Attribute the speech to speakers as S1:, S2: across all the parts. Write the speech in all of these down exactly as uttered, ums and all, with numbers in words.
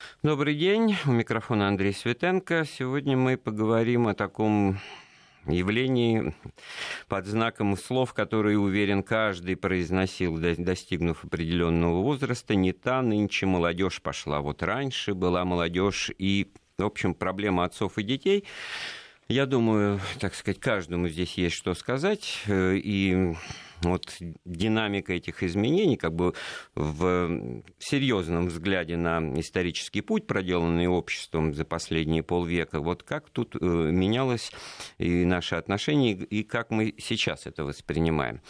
S1: Добрый день, у микрофона Андрей Светенко. Сегодня мы поговорим о таком явлении под знаком слов, которые, уверен, каждый произносил, достигнув определенного возраста. Не та нынче молодежь пошла. Вот раньше была молодежь, и, в общем, проблема отцов и детей. Я думаю, так сказать, каждому здесь есть что сказать, и вот динамика этих изменений, как бы в серьезном взгляде на исторический путь, проделанный обществом за последние полвека, вот как тут менялось и наше отношение, и как мы сейчас это воспринимаем.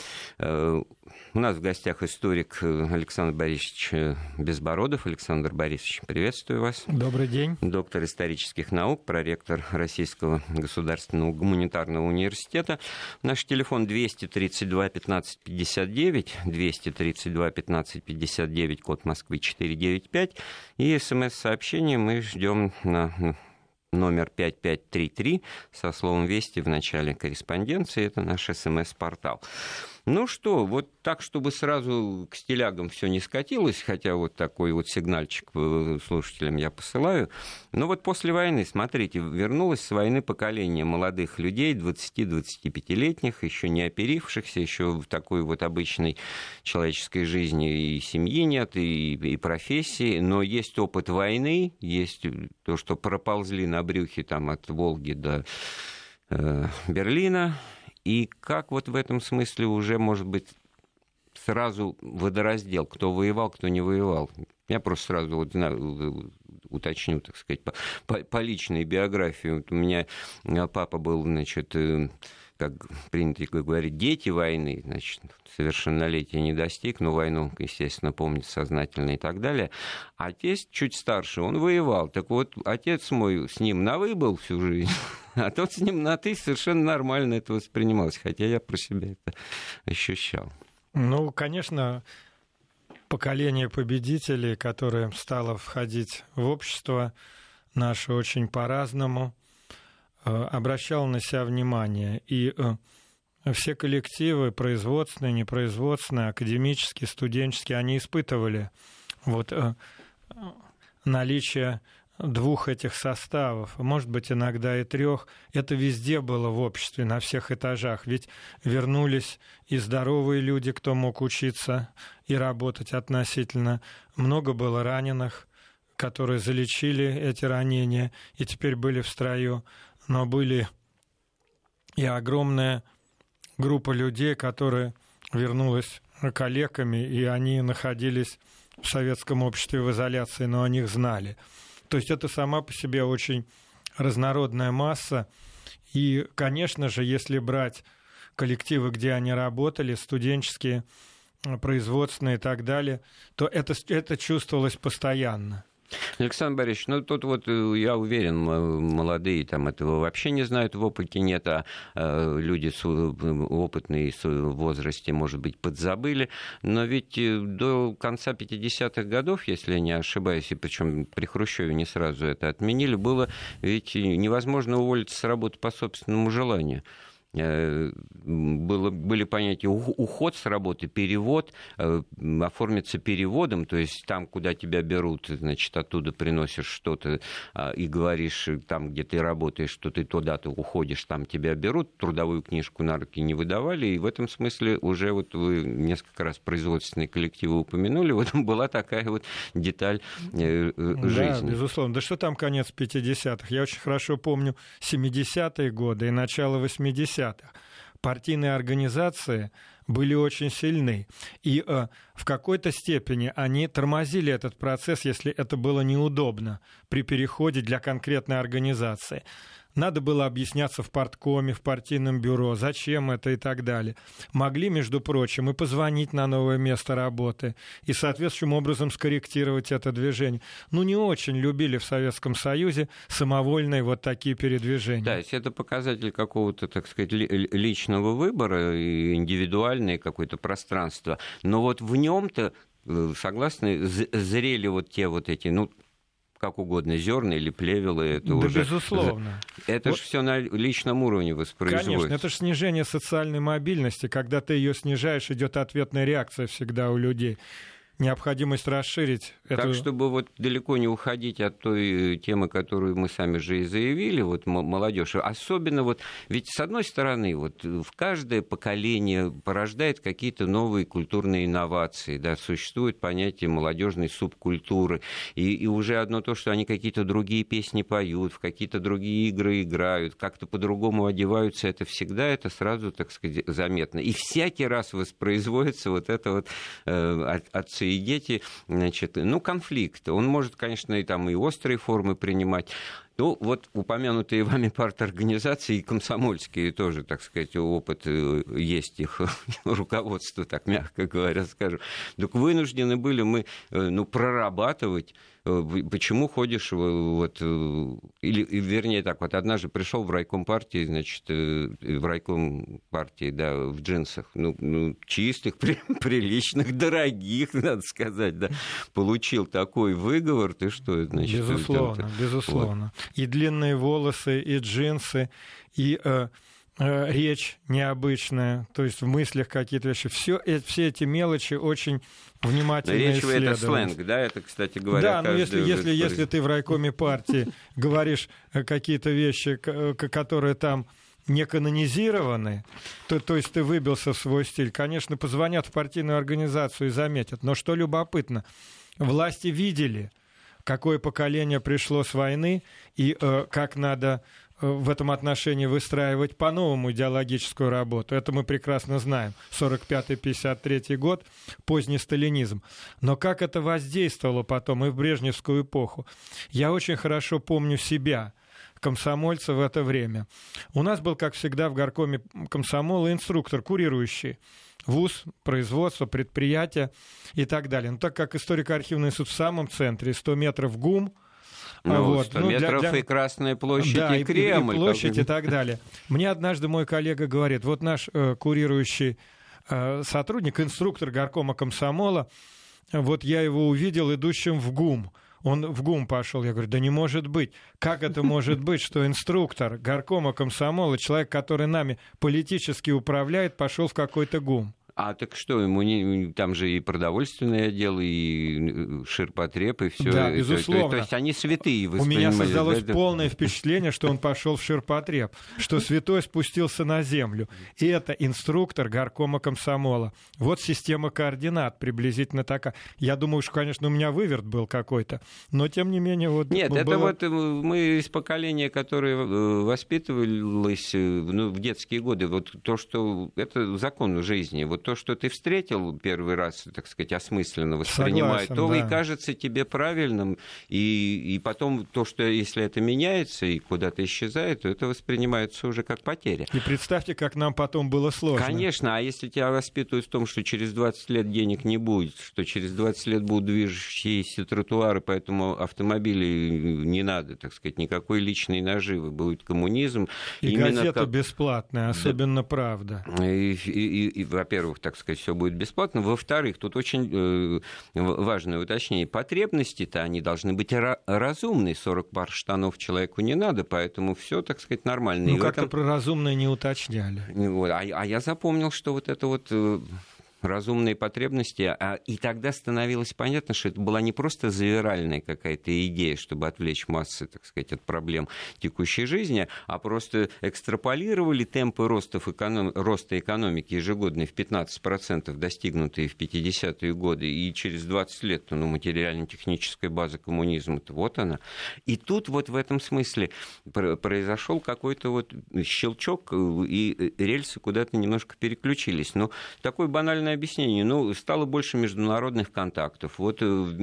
S1: У нас в гостях историк Александр Борисович Безбородов. Александр Борисович, приветствую вас.
S2: Добрый день.
S1: Доктор исторических наук, проректор Российского государственного гуманитарного университета. Наш телефон двести тридцать два пятнадцать пятьдесят девять, двести тридцать два пятнадцать пятьдесят девять, код Москвы четыреста девяносто пять. И смс-сообщение мы ждем на номер пять пять три три со словом «Вести» в начале корреспонденции. Это наш смс-портал. Ну что, вот так, чтобы сразу к стилягам все не скатилось, хотя вот такой вот сигнальчик слушателям я посылаю. Но вот после войны, смотрите, вернулось с войны поколение молодых людей, двадцати-двадцатипятилетних, еще не оперившихся, еще в такой вот обычной человеческой жизни и семьи нет, и, и профессии, но есть опыт войны, есть то, что проползли на брюхе там от Волги до э, Берлина. И как вот в этом смысле уже, может быть, сразу водораздел, кто воевал, кто не воевал. Я просто сразу вот уточню, так сказать, по, по, по личной биографии. Вот у меня папа был, значит, как принято говорить, дети войны, значит, совершеннолетия не достиг, но войну, естественно, помнит сознательно и так далее. А тесть чуть старше, он воевал. Так вот, отец мой с ним на «вы» был всю жизнь, а тот с ним на «ты», совершенно нормально это воспринималось, хотя я про себя это ощущал.
S2: Ну, конечно, поколение победителей, которое стало входить в общество наше очень по-разному, обращало на себя внимание. И все коллективы, производственные, непроизводственные, академические, студенческие, они испытывали вот наличие двух этих составов, может быть, иногда и трех. Это везде было в обществе, на всех этажах. Ведь вернулись и здоровые люди, кто мог учиться и работать относительно. Много было раненых, которые залечили эти ранения и теперь были в строю. Но были и огромная группа людей, которые вернулась калеками, и они находились в советском обществе в изоляции, но о них знали. То есть это сама по себе очень разнородная масса. И, конечно же, если брать коллективы, где они работали, студенческие, производственные и так далее, то это, это чувствовалось постоянно.
S1: Александр Борисович, ну тут вот, я уверен, молодые там этого вообще не знают, в опыте нет, а люди опытные в возрасте, может быть, подзабыли. Но ведь до конца пятидесятых годов, если я не ошибаюсь, и причем при Хрущеве не сразу это отменили, было ведь невозможно уволиться с работы по собственному желанию. Было, были понятия уход с работы, перевод, оформиться переводом, то есть там, куда тебя берут, значит, оттуда приносишь что-то и говоришь, там, где ты работаешь, что ты туда-то уходишь, там тебя берут, трудовую книжку на руки не выдавали, и в этом смысле уже вот вы несколько раз производственные коллективы упомянули, вот была такая вот деталь жизни.
S2: Да, безусловно. Да что там конец пятидесятых? Я очень хорошо помню семидесятые годы и начало восьмидесятых. Партийные организации были очень сильны. И э, в какой-то степени они тормозили этот процесс, если это было неудобно при переходе для конкретной организации. Надо было объясняться в парткоме, в партийном бюро, зачем это и так далее. Могли, между прочим, и позвонить на новое место работы, и соответствующим образом скорректировать это движение. Ну, не очень любили в Советском Союзе самовольные вот такие передвижения.
S1: Да, если это показатель какого-то, так сказать, личного выбора, индивидуальное какое-то пространство. Но вот в нем-то, согласны, зрели вот те вот эти, ну, как угодно, зерна или плевелы, это
S2: да,
S1: уже...
S2: безусловно.
S1: Это вот. Же все на личном уровне воспроизводится.
S2: Конечно, это же снижение социальной мобильности. Когда ты ее снижаешь, идет ответная реакция всегда у людей. необходимость расширить
S1: так,
S2: эту...
S1: чтобы вот далеко не уходить от той темы, которую мы сами же и заявили, вот молодежь. Особенно вот, ведь с одной стороны, вот в каждое поколение порождает какие-то новые культурные инновации, да, существует понятие молодежной субкультуры, и, и уже одно то, что они какие-то другие песни поют, в какие-то другие игры играют, как-то по-другому одеваются, это всегда, это сразу, так сказать, заметно. И всякий раз воспроизводится вот это вот э, отцы и дети, значит, ну, конфликт. Он может, конечно, и там и острые формы принимать. Ну, вот упомянутые вами парторганизации и комсомольские тоже, так сказать, опыт есть их руководство, так мягко говоря, скажем. Так вынуждены были мы, ну, прорабатывать, почему ходишь, вот, или, или, вернее, так, вот однажды пришел в райком партии, значит, в райком партии, да, в джинсах, ну, ну чистых, приличных, дорогих, надо сказать, да, получил такой выговор, ты что, значит...
S2: Безусловно, это, безусловно. Вот. И длинные волосы, и джинсы, и э, э, речь необычная, то есть в мыслях какие-то вещи. Все, э, все эти мелочи очень внимательно
S1: речь
S2: исследовать.
S1: Это сленг, да, это, кстати говоря...
S2: Да, но если, если, если ты в райкоме партии говоришь какие-то вещи, которые там не канонизированы, то, то есть ты выбился в свой стиль, конечно, позвонят в партийную организацию и заметят. Но что любопытно, власти видели, какое поколение пришло с войны и э, как надо э, в этом отношении выстраивать по-новому идеологическую работу. Это мы прекрасно знаем. сорок пятый — пятьдесят третий год, поздний сталинизм. Но как это воздействовало потом и в брежневскую эпоху? Я очень хорошо помню себя, комсомольца, в это время. У нас был, как всегда, в горкоме комсомола инструктор, курирующий вуз, производство, предприятие и так далее. Но так как историко-архивный институт в самом центре, сто метров ГУМ,
S1: ну,
S2: вот,
S1: сто
S2: ну,
S1: метров
S2: для, для...
S1: и Красная площадь, да, и Кремль.
S2: И, и площадь, как... и так далее. Мне однажды мой коллега говорит, вот наш э, курирующий э, сотрудник, инструктор горкома комсомола, вот я его увидел идущим в ГУМ. Он в ГУМ пошел. Я говорю, да не может быть. Как это может быть, что инструктор горкома комсомола, человек, который нами политически управляет, пошел в какой-то ГУМ?
S1: А так что, ему не, там же и продовольственное отдел, и ширпотреб, и все.
S2: Да, безусловно.
S1: То, то есть они святые воспринимали.
S2: У меня создалось
S1: да?
S2: полное впечатление, что он пошел в ширпотреб, что святой спустился на землю. И это инструктор горкома комсомола. Вот система координат приблизительно такая. Я думаю, что, конечно, у меня выверт был какой-то, но тем не менее... Вот
S1: Нет,
S2: было...
S1: это вот мы из поколения, которое воспитывалось ну, в детские годы, вот то, что это закон жизни, вот то, что ты встретил первый раз, так сказать, осмысленно воспринимая,
S2: Согласен,
S1: то
S2: да.
S1: и кажется тебе правильным, и, и потом то, что если это меняется и куда-то исчезает, то это воспринимается уже как потеря.
S2: И представьте, как нам потом было сложно.
S1: Конечно, а если тебя воспитывают в том, что через двадцать лет денег не будет, что через двадцать лет будут движущиеся тротуары, поэтому автомобилей не надо, так сказать, никакой личной наживы, будет коммунизм.
S2: И
S1: Именно
S2: газеты
S1: как...
S2: бесплатные, особенно
S1: да.
S2: «Правда».
S1: И, и, и, и, во-первых, так сказать, все будет бесплатно. Во-вторых, тут очень э, важное уточнение. Потребности-то они должны быть ра- разумные. сорок пар штанов человеку не надо, поэтому все, так сказать, нормально.
S2: Ну,
S1: и
S2: как-то
S1: этом...
S2: про разумное не уточняли.
S1: Вот. А, а я запомнил, что вот это вот... Э, разумные потребности, а, и тогда становилось понятно, что это была не просто завиральная какая-то идея, чтобы отвлечь массы, так сказать, от проблем текущей жизни, а просто экстраполировали темпы роста, эконом... роста экономики ежегодные в пятнадцать процентов, достигнутые в пятидесятые годы, и через двадцать лет, ну, материально-техническая база коммунизма-то вот она. И тут вот в этом смысле произошел какой-то вот щелчок, и рельсы куда-то немножко переключились. Но такой банальный объяснение. Ну, стало больше международных контактов. Вот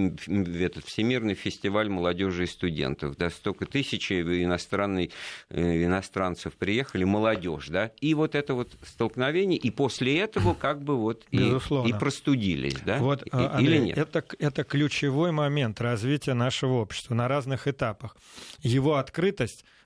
S1: этот Всемирный фестиваль молодежи и студентов. Да, столько тысяч иностранных, иностранцев приехали, молодежь, да, и вот это вот столкновение, и после этого как бы вот и, и простудились, да,
S2: вот,
S1: и,
S2: Андрей,
S1: или нет?
S2: Это, это ключевой момент развития нашего общества на разных этапах. Его открытость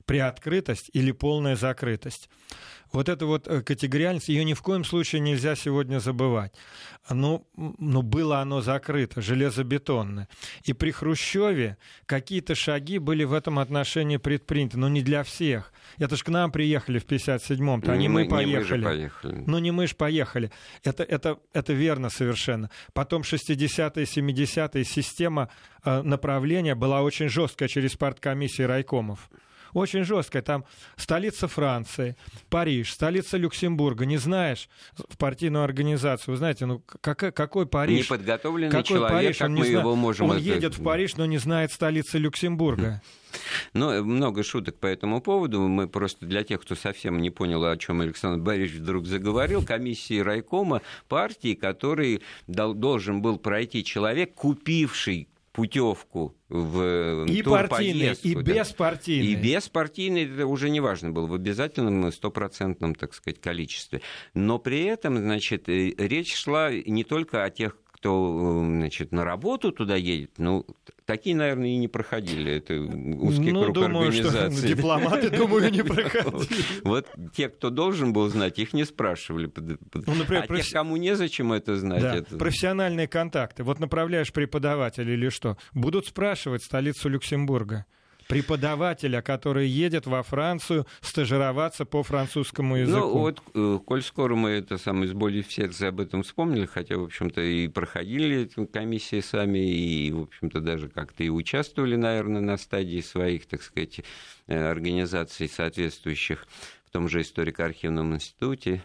S2: приоткрытость или полная закрытость. Вот эта вот категориальность, ее ни в коем случае нельзя сегодня забывать. Ну, ну, было оно закрыто, железобетонное. И при Хрущеве какие-то шаги были в этом отношении предприняты, но не для всех. Это ж к нам приехали в пятьдесят седьмом-то, а не, не мы поехали.
S1: Не мы же поехали.
S2: Ну, не мы ж поехали. Это, это, это верно совершенно. Потом шестидесятые, семидесятые система э, направления была очень жесткая через парткомиссии райкомов. Очень жесткая. Там столица Франции, Париж, столица Люксембурга. Не знаешь в партийную организацию. Вы знаете, ну какой, какой Париж?
S1: Неподготовленный
S2: какой
S1: человек,
S2: Париж?
S1: как
S2: Он
S1: мы
S2: не
S1: его
S2: зна...
S1: можем...
S2: Он
S1: это...
S2: едет в Париж, но не знает столицы Люксембурга.
S1: Ну, много шуток по этому поводу. Мы просто для тех, кто совсем не понял, о чем Александр Борисович вдруг заговорил, комиссии райкома партии, который должен был пройти человек, купивший путевку в
S2: и партийный, и
S1: да.
S2: беспартийный.
S1: И беспартийный, это уже не важно было, в обязательном стопроцентном, так сказать, количестве. Но при этом, значит, речь шла не только о тех, кто, значит, на работу туда едет, ну, такие, наверное, и не проходили. Это узкий
S2: ну,
S1: круг
S2: думаю,
S1: организации.
S2: Что дипломаты, думаю, не проходили.
S1: Вот те, кто должен был знать, их не спрашивали. Ну, например, а профи... тех, кому незачем это знать.
S2: Да.
S1: Это...
S2: Профессиональные контакты. Вот направляешь преподавателя или что, будут спрашивать столицу Люксембурга. Преподавателя, который едет во Францию стажироваться по французскому языку.
S1: Ну, вот, коль скоро мы это самое, с болью в сердце об этом вспомнили, хотя, в общем-то, и проходили эти комиссии сами, и, в общем-то, даже как-то и участвовали, наверное, на стадии своих, так сказать, организаций соответствующих в том же историко-архивном институте,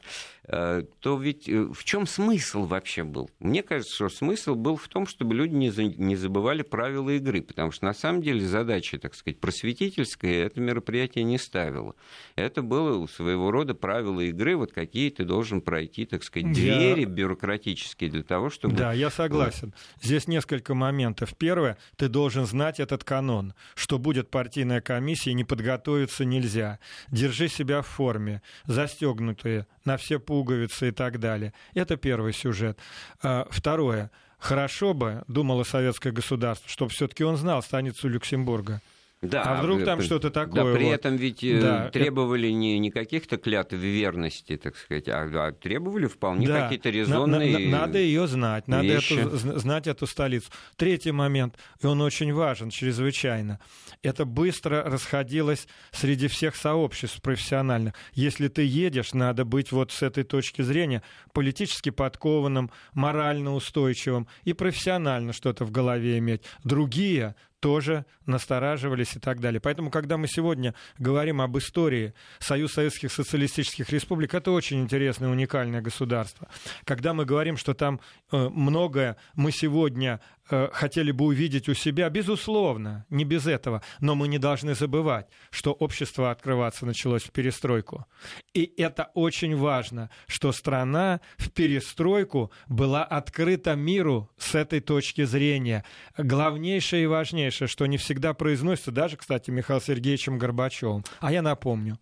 S1: то ведь в чем смысл вообще был? Мне кажется, что смысл был в том, чтобы люди не забывали правила игры, потому что на самом деле задача, так сказать, просветительская это мероприятие не ставило. Это было своего рода правила игры, вот какие ты должен пройти, так сказать, двери я... бюрократические для того, чтобы...
S2: Да, я согласен. Здесь несколько моментов. Первое, ты должен знать этот канон, что будет партийная комиссия, и не подготовиться нельзя. Держи себя в форме, застегнутые на все пуговицы и так далее. Это первый сюжет. Второе. Хорошо бы, думало советское государство, чтобы все-таки он знал станицу Люксембурга.
S1: Да,
S2: а вдруг там что-то такое?
S1: Да, при
S2: вот.
S1: этом ведь да, требовали это... не, не каких-то клятв верности, так сказать, а, а требовали вполне да, какие-то резонные
S2: на, на, Надо ее знать, надо
S1: вещи.
S2: Эту, знать эту столицу. Третий момент, и он очень важен, чрезвычайно. Это быстро расходилось среди всех сообществ профессиональных. Если ты едешь, надо быть вот с этой точки зрения политически подкованным, морально устойчивым и профессионально что-то в голове иметь. Другие тоже настораживались и так далее. Поэтому, когда мы сегодня говорим об истории Союза Советских Социалистических Республик, это очень интересное, уникальное государство. Когда мы говорим, что там э, многое мы сегодня э, хотели бы увидеть у себя, безусловно, не без этого, но мы не должны забывать, что общество открываться началось в перестройку. И это очень важно, что страна в перестройку была открыта миру с этой точки зрения. Главнейшее и важнейшее, что не всегда произносится, даже, кстати, Михаилом Сергеевичем Горбачевым. А я напомню.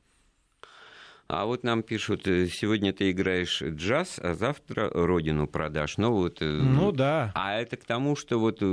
S1: А вот нам пишут, сегодня ты играешь джаз, а завтра родину продашь. Ну, вот,
S2: ну да.
S1: А это к тому, что вот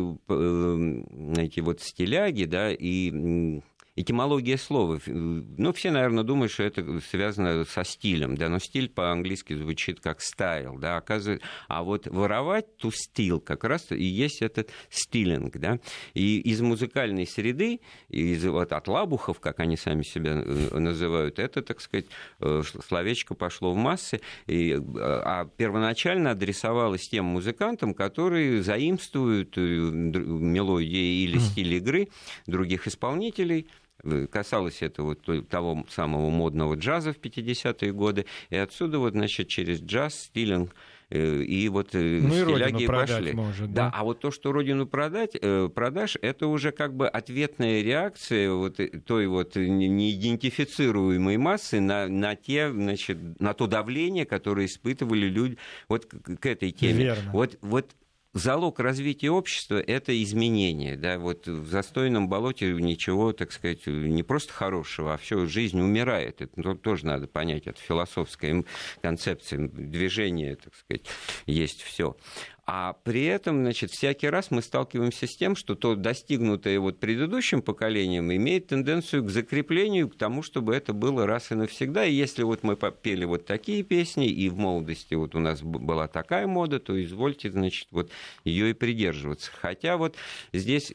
S1: эти вот стиляги, да, и... Этимология слова. Ну, все, наверное, думают, что это связано со стилем, да, но стиль по-английски звучит как style, да, оказывается. А вот воровать to steal как раз и есть этот стилинг, да. И из музыкальной среды, из, вот, от лабухов, как они сами себя называют, это, так сказать, словечко пошло в массы, и, а первоначально адресовалось тем музыкантам, которые заимствуют мелодии или стиль игры других исполнителей. Касалось это вот того самого модного джаза в пятидесятые годы, и отсюда вот, значит, через джаз, стилинг, и вот ну стиляги и пошли.
S2: Может,
S1: да?
S2: да,
S1: а вот то, что родину продать, продашь, это уже как бы ответная реакция вот той вот неидентифицируемой массы на, на, те, значит, на то давление, которое испытывали люди вот к этой теме.
S2: Верно.
S1: Вот, вот залог развития общества – это изменение. Да? Вот в застойном болоте ничего, так сказать, не просто хорошего, а все, жизнь умирает. Это тоже надо понять, это философская концепция. Движение, так сказать, есть все. А при этом, значит, всякий раз мы сталкиваемся с тем, что то, достигнутое вот предыдущим поколением, имеет тенденцию к закреплению, к тому, чтобы это было раз и навсегда. И если вот мы попели вот такие песни, и в молодости вот у нас была такая мода, то извольте, значит, вот ее и придерживаться. Хотя вот здесь...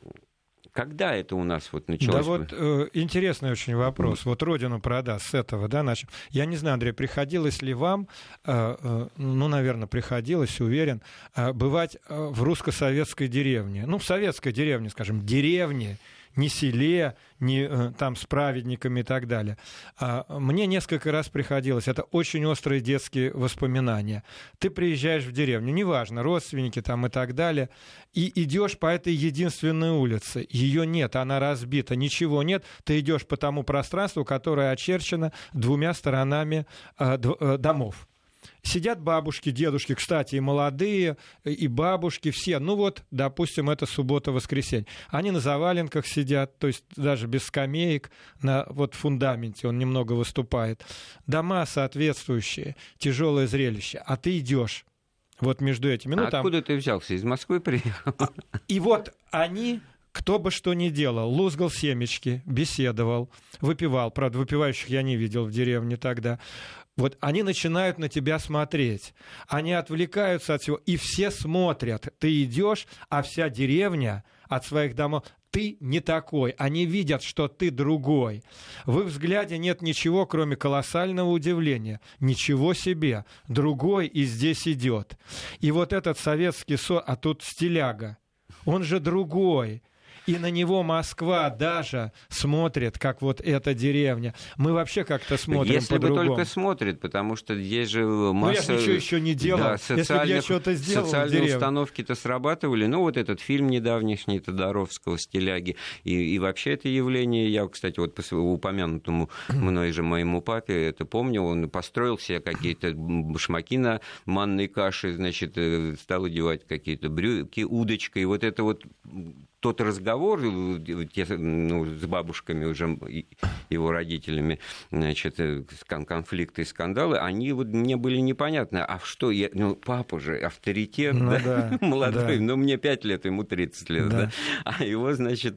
S1: Когда это у нас вот началось?
S2: Да вот э, интересный очень вопрос. Вот родину продаст с этого, да, начнем. Я не знаю, Андрей, приходилось ли вам, э, э, ну, наверное, приходилось, уверен, э, бывать э, в русско-советской деревне. Ну, в советской деревне, скажем, деревне, не селе, не э, там с праведниками и так далее. А, мне несколько раз приходилось. Это очень острые детские воспоминания. Ты приезжаешь в деревню, неважно, родственники там и так далее, и идешь по этой единственной улице. Ее нет, она разбита, ничего нет. Ты идешь по тому пространству, которое очерчено двумя сторонами э, д- э, домов. Сидят бабушки, дедушки, кстати, и молодые, и бабушки, все. Ну вот, допустим, это суббота-воскресенье. Они на заваленках сидят, то есть даже без скамеек, на вот фундаменте он немного выступает. Дома соответствующие, тяжелое зрелище. А ты идешь вот между этими. Ну,
S1: а
S2: там...
S1: откуда ты взялся? Из Москвы приехал?
S2: И вот они... Кто бы что ни делал, лузгал семечки, беседовал, выпивал. Правда, выпивающих я не видел в деревне тогда. Вот они начинают на тебя смотреть. Они отвлекаются от всего. И все смотрят. Ты идешь, а вся деревня от своих домов... Ты не такой. Они видят, что ты другой. В их взгляде нет ничего, кроме колоссального удивления. Ничего себе. Другой и здесь идет. И вот этот советский... Со... А тут стиляга. Он же другой. И на него Москва даже смотрит, как вот эта деревня. Мы вообще как-то смотрим
S1: если
S2: по-другому.
S1: Если бы только смотрит, потому что здесь же масса...
S2: Ну, я же ничего еще не делал.
S1: Да,
S2: если бы я что-то сделал
S1: социальные установки-то срабатывали. Ну, вот этот фильм недавнешний Тодоровского «Стиляги». И, и вообще это явление, я, кстати, вот по упомянутому мной же моему папе это помню, он построил себе какие-то башмаки на манной каше, значит, стал одевать какие-то брюки удочкой. И вот это вот... Тот разговор те, ну, с бабушками, уже его родителями, значит, конфликты и скандалы, они вот мне были непонятны. А что, я, ну, папа же авторитет, ну, да, да, молодой, да. Ну, мне пять лет, ему тридцать лет, да. Да? А его, значит,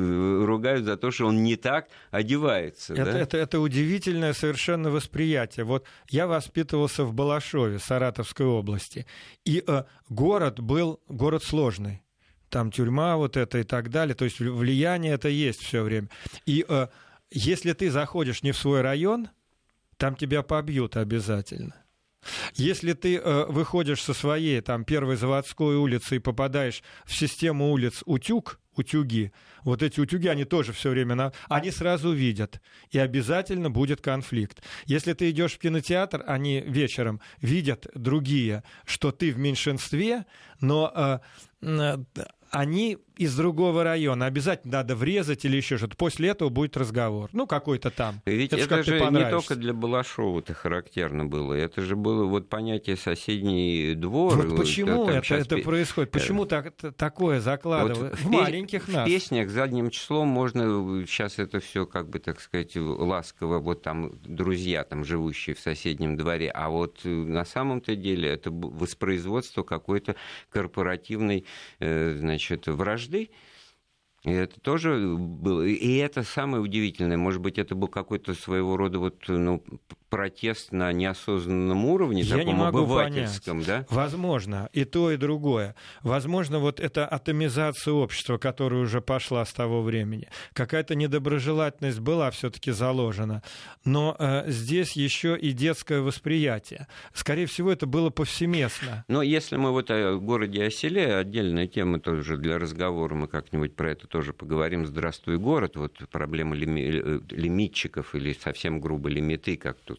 S1: ругают за то, что он не так одевается.
S2: Это,
S1: да?
S2: это, это удивительное совершенно восприятие. Вот я воспитывался в Балашове, Саратовской области, и э, город был, город сложный. Там тюрьма вот это и так далее, то есть влияние это есть все время. И э, если ты заходишь не в свой район, там тебя побьют обязательно. Если ты э, выходишь со своей там первой заводской улицы и попадаешь в систему улиц Утюг, утюги, вот эти утюги, они тоже все время, на... они сразу видят, и обязательно будет конфликт. Если ты идешь в кинотеатр, они вечером видят другие, что ты в меньшинстве, но э, э, они из другого района. Обязательно надо врезать или еще что-то. После этого будет разговор. Ну, какой-то там.
S1: Ведь это, это же не только для Балашова-то характерно было. Это же было вот понятие «соседний двор».
S2: Вот почему это, сейчас... это происходит? Почему так, такое закладывают? Вот в, в маленьких нас.
S1: В песнях задним числом можно... Сейчас это все, как бы, так сказать, ласково. Вот там друзья, там, живущие в соседнем дворе. А вот на самом-то деле это воспроизводство какой-то корпоративной, значит, вражды. И это тоже было. И это самое удивительное. Может быть, это был какой-то своего рода вот, ну, протест на неосознанном уровне,
S2: я
S1: таком
S2: не могу
S1: обывательском,
S2: понять.
S1: Да?
S2: Возможно, и то, и другое. Возможно, вот эта атомизация общества, которая уже пошла с того времени. Какая-то недоброжелательность была все-таки заложена. Но э, здесь еще и детское восприятие. Скорее всего, это было повсеместно.
S1: Но если мы вот о городе и о селе, отдельная тема тоже для разговора, мы как-нибудь про это тоже поговорим. «Здравствуй, город», вот проблема лими... лимитчиков или совсем грубо лимиты, как тут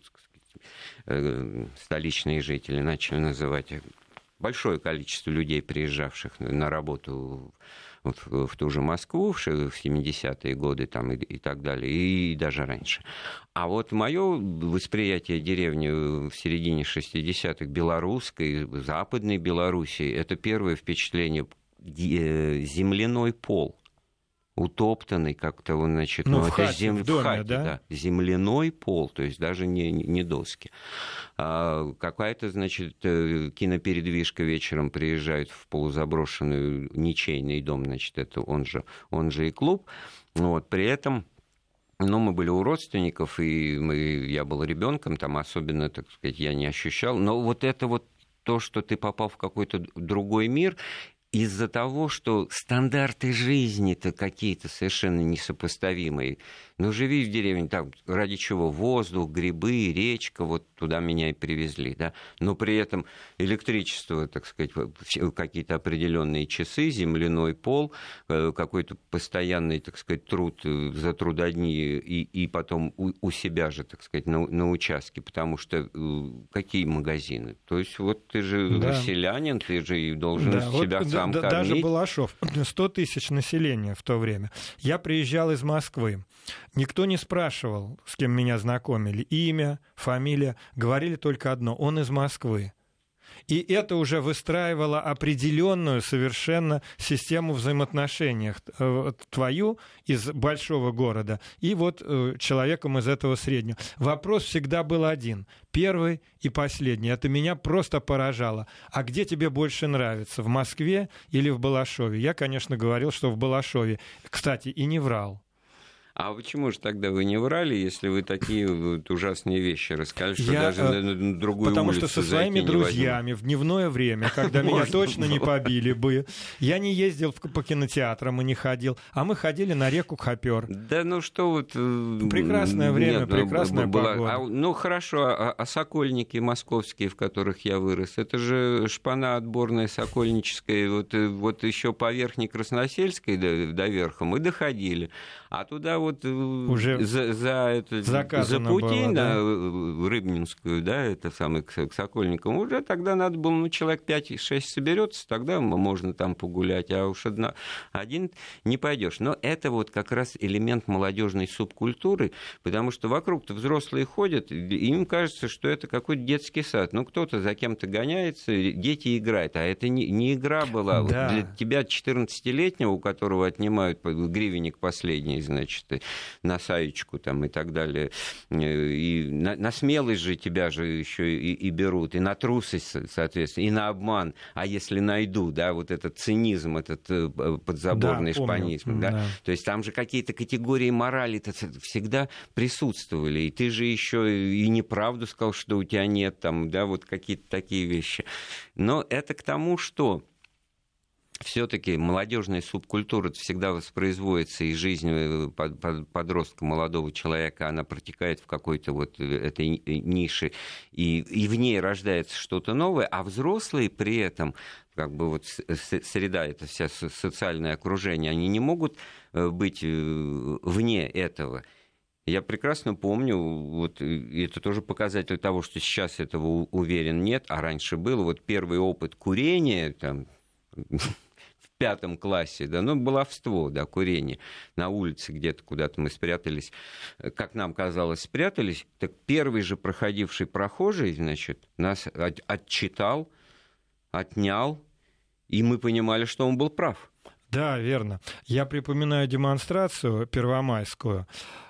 S1: столичные жители начали называть. Большое количество людей, приезжавших на работу вот в ту же Москву в семидесятые годы там, и, и так далее, и даже раньше. А вот мое восприятие деревни в середине шестидесятых, белорусской, западной Белоруссии, это первое впечатление — земляной пол. утоптанный как-то, он, значит,
S2: ну,
S1: ну,
S2: в
S1: это
S2: хате,
S1: зем...
S2: в доме,
S1: в хате,
S2: да?
S1: да, земляной пол, то есть даже не, не доски. А, какая-то, значит, кинопередвижка вечером приезжает в полузаброшенный ничейный дом, значит, это он же, он же и клуб. Вот, при этом, ну, мы были у родственников, и мы, я был ребенком, там особенно, так сказать, я не ощущал. Но вот это вот то, что ты попал в какой-то другой мир, из-за того, что стандарты жизни-то какие-то совершенно несопоставимые. Ну, живи в деревне, там, ради чего? Воздух, грибы, речка, вот туда меня и привезли, да. Но при этом электричество, так сказать, какие-то определенные часы, земляной пол, какой-то постоянный, так сказать, труд за трудодни и, и потом у, у себя же, так сказать, на, на участке, потому что какие магазины? То есть вот ты же да. селянин, ты же должен да. себя вот, сам
S2: да,
S1: кормить.
S2: Даже Балашов, сто тысяч населения в то время. Я приезжал из Москвы. Никто не спрашивал, с кем меня знакомили. Имя, фамилия. Говорили только одно. Он из Москвы. И это уже выстраивало определенную совершенно систему взаимоотношений твою из большого города и вот человеком из этого среднего. Вопрос всегда был один. Первый и последний. Это меня просто поражало. А где тебе больше нравится? В Москве или в Балашове? Я, конечно, говорил, что в Балашове. Кстати, и не врал.
S1: А почему же тогда вы не врали, если вы такие вот ужасные вещи рассказали, что
S2: я,
S1: даже на, на другую
S2: потому
S1: улицу
S2: что со своими друзьями в дневное время, когда меня точно не побили бы, я не ездил по кинотеатрам и не ходил, а мы ходили на реку Хопер.
S1: Да ну что вот...
S2: Прекрасное время, прекрасная погода.
S1: Ну хорошо, а Сокольники московские, в которых я вырос, это же шпана отборная сокольническая, вот, вот еще по Верхней Красносельской до, до верха мы доходили, а туда вот уже за, за, это, за пути
S2: было,
S1: на
S2: да?
S1: Рыбнинскую, да, это самое, к, к Сокольникам, уже тогда надо было, ну, человек пять-шесть соберется, тогда можно там погулять, а уж одна, один не пойдешь. Но это вот как раз элемент молодежной субкультуры, потому что вокруг-то взрослые ходят, и им кажется, что это какой-то детский сад. Ну, кто-то за кем-то гоняется, дети играют, а это не, не игра была. Да. Для тебя, четырнадцатилетнего, у которого отнимают гривенник последний, значит, на саечку там и так далее. И на, на смелость же тебя же еще и, и берут, и на трусость, соответственно, и на обман. А если найду, да, вот этот цинизм, этот подзаборный да, шпанизм, да? Да. То есть там же какие-то категории морали-то всегда присутствовали. И ты же еще и неправду сказал, что у тебя нет, там, да, вот какие-то такие вещи. Но это к тому, что все-таки молодежная субкультура всегда воспроизводится, и жизнь подростка, молодого человека, она протекает в какой-то вот этой нише, и, и в ней рождается что-то новое, а взрослые при этом, как бы вот среда, это вся социальное окружение, они не могут быть вне этого. Я прекрасно помню, вот, это тоже показатель того, что сейчас этого, уверен, нет, а раньше было, вот первый опыт курения, там, в пятом классе, да, ну, баловство, да, курение на улице где-то куда-то мы спрятались, как нам казалось, спрятались, так первый же проходивший прохожий, значит, нас от, отчитал, отнял, и мы понимали, что он был прав.
S2: Да, верно. Я припоминаю демонстрацию первомайскую,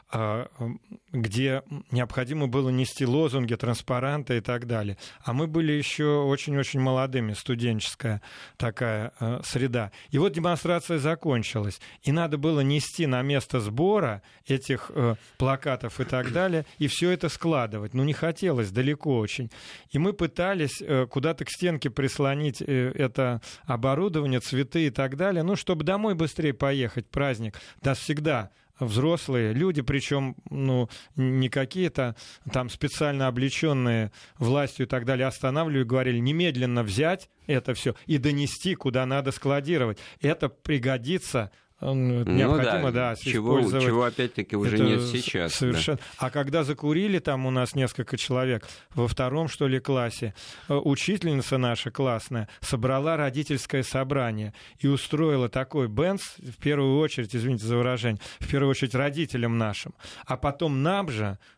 S2: где необходимо было нести лозунги, транспаранты и так далее. А мы были еще очень-очень молодыми, студенческая такая э, среда. И вот демонстрация закончилась. И надо было нести на место сбора этих э, плакатов и так далее, и все это складывать. Ну, не хотелось, далеко очень. И мы пытались э, куда-то к стенке прислонить э, это оборудование, цветы и так далее, ну, чтобы домой быстрее поехать, праздник. Да, всегда взрослые люди, причем ну, не какие-то там специально облеченные властью и так далее, останавливали и говорили немедленно взять это все и донести, куда надо складировать. Это пригодится. Необходимо,
S1: ну, да,
S2: да,
S1: чего,
S2: использовать.
S1: Чего опять-таки уже
S2: это
S1: нет сейчас.
S2: Совершенно. Да. А когда закурили, там у нас несколько человек, во втором, что ли, классе, учительница наша классная собрала родительское собрание и устроила такой бенз, в первую очередь, извините за выражение, в первую очередь родителям нашим, а потом нам же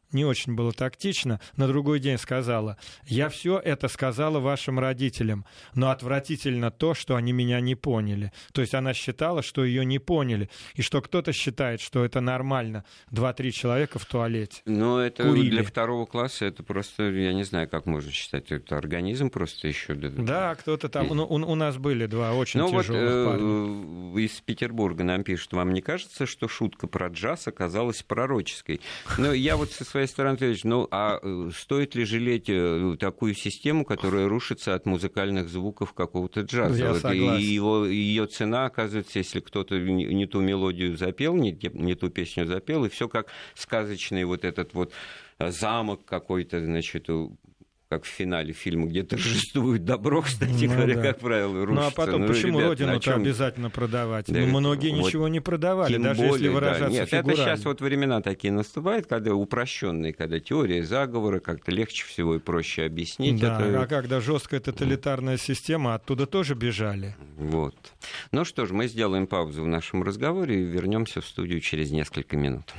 S2: не очень было тактично, на другой день сказала: «Я все это сказала вашим родителям, но отвратительно то, что они меня не поняли». То есть она считала, что ее не поняли, и что кто-то считает, что это нормально, два-три человека в туалете.
S1: Но это
S2: курили.
S1: Для второго класса это просто, я не знаю, как можно считать, это организм просто еще.
S2: Да, кто-то там, ну, у, у нас были два очень
S1: ну,
S2: тяжелых
S1: вот,
S2: парня.
S1: Э, из Петербурга нам пишут: вам не кажется, что шутка про джаз оказалась пророческой? Но я вот со своей стороны отвечу: ну, а стоит ли жалеть такую систему, которая рушится от музыкальных звуков какого-то джаза?
S2: Я
S1: вот,
S2: согласен.
S1: И его, ее цена, оказывается, если кто-то не, не ту мелодию запел, не, не ту песню запел, и все как сказочный вот этот вот замок какой-то, значит, как в финале фильма, где торжествует добро, кстати ну, говоря, да. как правило, рушится.
S2: Ну, а потом,
S1: ну,
S2: почему
S1: ребят,
S2: родину-то
S1: чем...
S2: обязательно продавать?
S1: Да,
S2: ну, многие
S1: вот
S2: ничего не продавали, даже
S1: более,
S2: если выражаться
S1: да. Нет,
S2: фигурально.
S1: Это сейчас вот времена такие наступают, когда упрощенные, когда теория заговора, как-то легче всего и проще объяснить.
S2: Да,
S1: это...
S2: а когда жесткая тоталитарная система, оттуда тоже бежали.
S1: Вот. Ну что ж, мы сделаем паузу в нашем разговоре и вернемся в студию через несколько минут.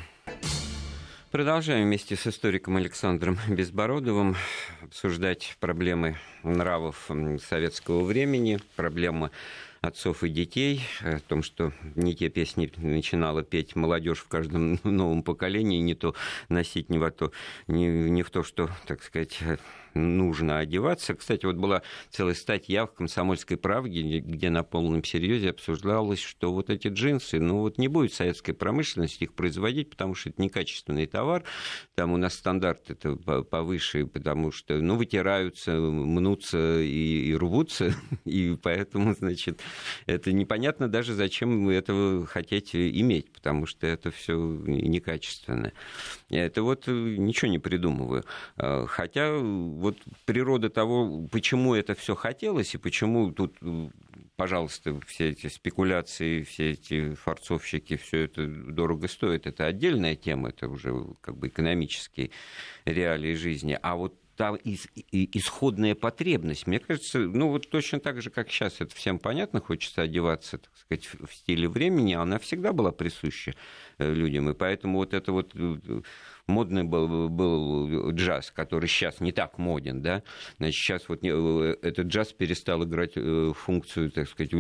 S1: Продолжаем вместе с историком Александром Безбородовым обсуждать проблемы нравов советского времени, проблемы отцов и детей, о том, что не те песни начинала петь молодежь в каждом новом поколении, не то носить, не в то, не, не в то, что, так сказать, нужно одеваться. Кстати, вот была целая статья в «Комсомольской правде», где на полном серьезе обсуждалось, что вот эти джинсы, ну вот не будет советской промышленности их производить, потому что это некачественный товар, там у нас стандарт это повыше, потому что, ну, вытираются, мнутся и, и рвутся, и поэтому, значит, это непонятно даже, зачем вы этого хотите иметь, потому что это все некачественное. Это вот ничего не придумываю. Хотя вот природа того, почему это все хотелось, и почему тут, пожалуйста, все эти спекуляции, все эти форцовщики, все это дорого стоит, это отдельная тема, это уже как бы экономические реалии жизни. А вот та исходная потребность, мне кажется, ну вот точно так же, как сейчас это всем понятно, хочется одеваться, так сказать, в стиле времени, она всегда была присуща людям, и поэтому вот это вот модный был, был джаз, который сейчас не так моден, да, значит, сейчас вот этот джаз перестал играть функцию, так сказать,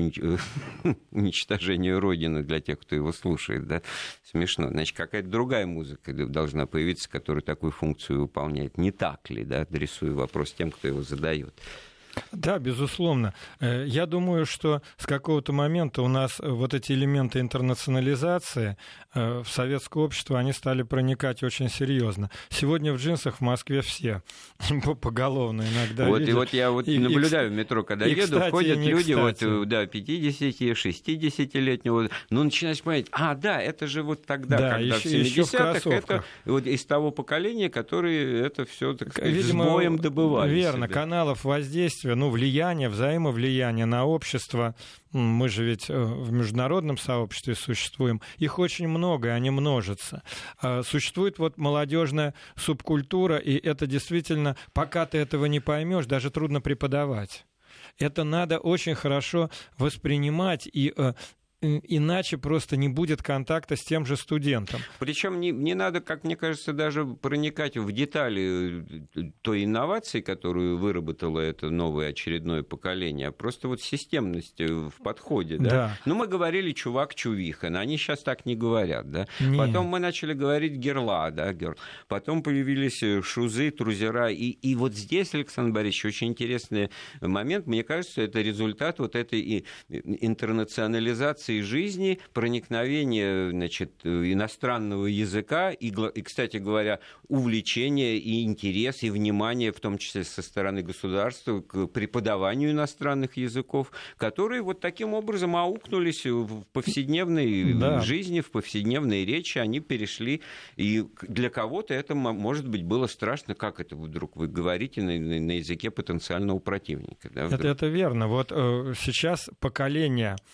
S1: уничтожения Родины для тех, кто его слушает, да, смешно, значит, какая-то другая музыка должна появиться, которая такую функцию выполняет, не так ли, да, адресую вопрос тем, кто его задает.
S2: Да, безусловно. Я думаю, что с какого-то момента у нас вот эти элементы интернационализации в советское общество, они стали проникать очень серьезно. Сегодня в джинсах в Москве все поголовно иногда
S1: вот,
S2: видят.
S1: И вот я вот и, наблюдаю и, в метро, когда и, еду, кстати, ходят люди вот, да, пятидесяти-шестидесятилетнего, ну, начинаешь понимать, а, да, это же вот тогда, да, когда еще, в семидесятых, это вот из того поколения, которые это все, так сказать, видимо, с боем добывали.
S2: Верно,
S1: себе.
S2: Каналов воздействия, ну, влияние, взаимовлияние на общество. Мы же ведь в международном сообществе существуем. Их очень много, и они множатся. Существует вот молодежная субкультура, и это действительно, пока ты этого не поймешь, даже трудно преподавать. Это надо очень хорошо воспринимать и... Иначе просто не будет контакта с тем же студентом.
S1: Причем не, не надо, как мне кажется, даже проникать в детали той инновации, которую выработало это новое очередное поколение, а просто вот системность в подходе. Да? Да. Ну, мы говорили чувак-чувиха, но они сейчас так не говорят. Да? Потом мы начали говорить герла, да, герл. Потом появились шузы, трузера. И, и вот здесь, Александр Борисович, очень интересный момент. Мне кажется, это результат вот этой интернационализации жизни, проникновение, значит, иностранного языка и, и, кстати говоря, увлечение и интерес, и внимание, в том числе со стороны государства, к преподаванию иностранных языков, которые вот таким образом аукнулись в повседневной да. жизни, в повседневной речи, они перешли, и для кого-то это, может быть, было страшно, как это вдруг вы говорите на, на языке потенциального противника. Да,
S2: это, это верно. Вот э, сейчас поколение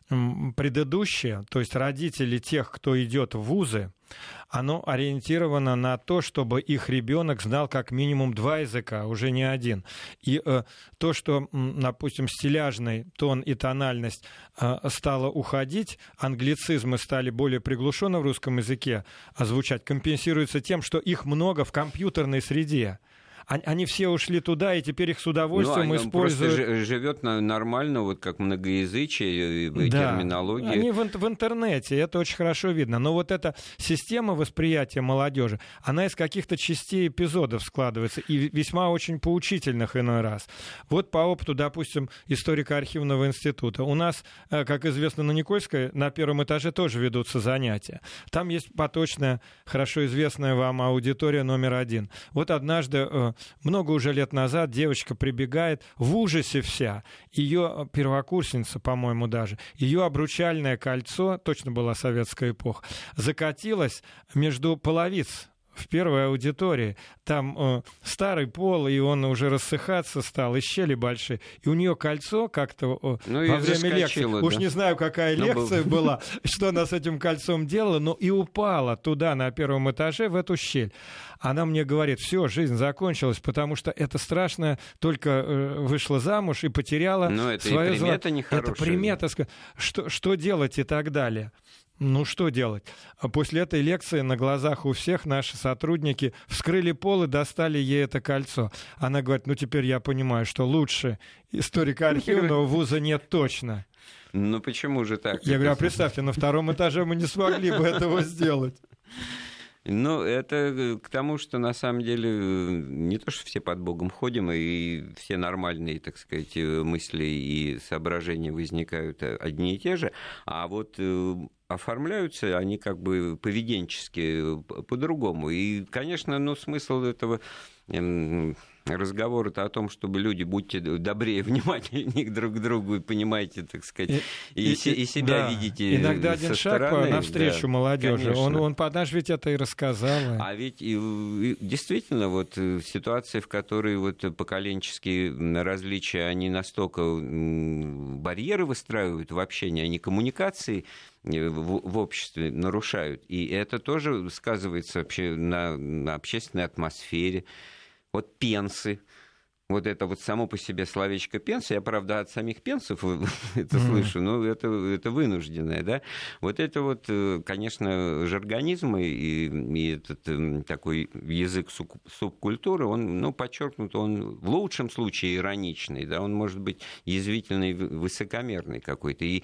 S2: предыдущее, то есть родители тех, кто идет в вузы, оно ориентировано на то, чтобы их ребенок знал как минимум два языка, уже не один. И э, то, что, допустим, стиляжный тон и тональность э, стало уходить, англицизмы стали более приглушенно в русском языке звучать, компенсируется тем, что их много в компьютерной среде. Они все ушли туда, и теперь их с удовольствием ну, используют.
S1: Просто живет нормально, вот как многоязычие, да. терминология.
S2: Они в, в интернете, это очень хорошо видно. Но вот эта система восприятия молодежи, она из каких-то частей эпизодов складывается, и весьма очень поучительных иной раз. Вот по опыту, допустим, историко-архивного института. У нас, как известно, на Никольской на первом этаже тоже ведутся занятия. Там есть поточная, хорошо известная вам аудитория номер один. Вот однажды... Много уже лет назад девочка прибегает в ужасе вся. Ее первокурсница, по-моему, даже, ее обручальное кольцо, точно была советская эпоха, закатилось между половиц в первой аудитории. Там э, старый пол, и он уже рассыхаться стал, и щели большие. И у нее кольцо как-то э, ну, во время лекции, да. уж не знаю, какая но лекция был... была, что она с этим кольцом делала, но и упала туда, на первом этаже, в эту щель. Она мне говорит, все, жизнь закончилась, потому что это страшно, только э, вышла замуж и потеряла
S1: но это
S2: свое
S1: и примета зло... нехорошая.
S2: Это примета, что, что делать и так далее. Ну, что делать? После этой лекции на глазах у всех наши сотрудники вскрыли пол и достали ей это кольцо. Она говорит, ну, теперь я понимаю, что лучше историко-архивного вуза нет точно.
S1: Ну, почему же так?
S2: Я говорю, а представьте, на втором этаже мы не смогли бы этого сделать.
S1: Ну, это к тому, что на самом деле не то, что все под Богом ходим, и все нормальные, так сказать, мысли и соображения возникают одни и те же, а вот оформляются они как бы поведенчески по-другому. И, конечно, ну, смысл этого разговоры-то о том, чтобы люди, будьте добрее, внимательнее друг к другу и понимаете, так сказать, и, и, и, и себя да. видите
S2: иногда один
S1: со
S2: шаг
S1: стороны,
S2: навстречу
S1: да,
S2: молодежи. Он, он подашь ведь это и рассказал.
S1: А ведь и, и, действительно вот ситуация, в которой вот поколенческие различия, они настолько барьеры выстраивают в общении, они коммуникации в, в обществе нарушают. И это тоже сказывается вообще на, на общественной атмосфере. Вот пенсы. Вот это вот само по себе словечко пенсы, я, правда, от самих пенсов это mm-hmm. слышу, но это, это вынужденное, да. Вот это вот, конечно, жаргонизмы и, и этот такой язык субкультуры, он, ну, подчеркнут, он в лучшем случае ироничный, да, он может быть язвительный, высокомерный какой-то и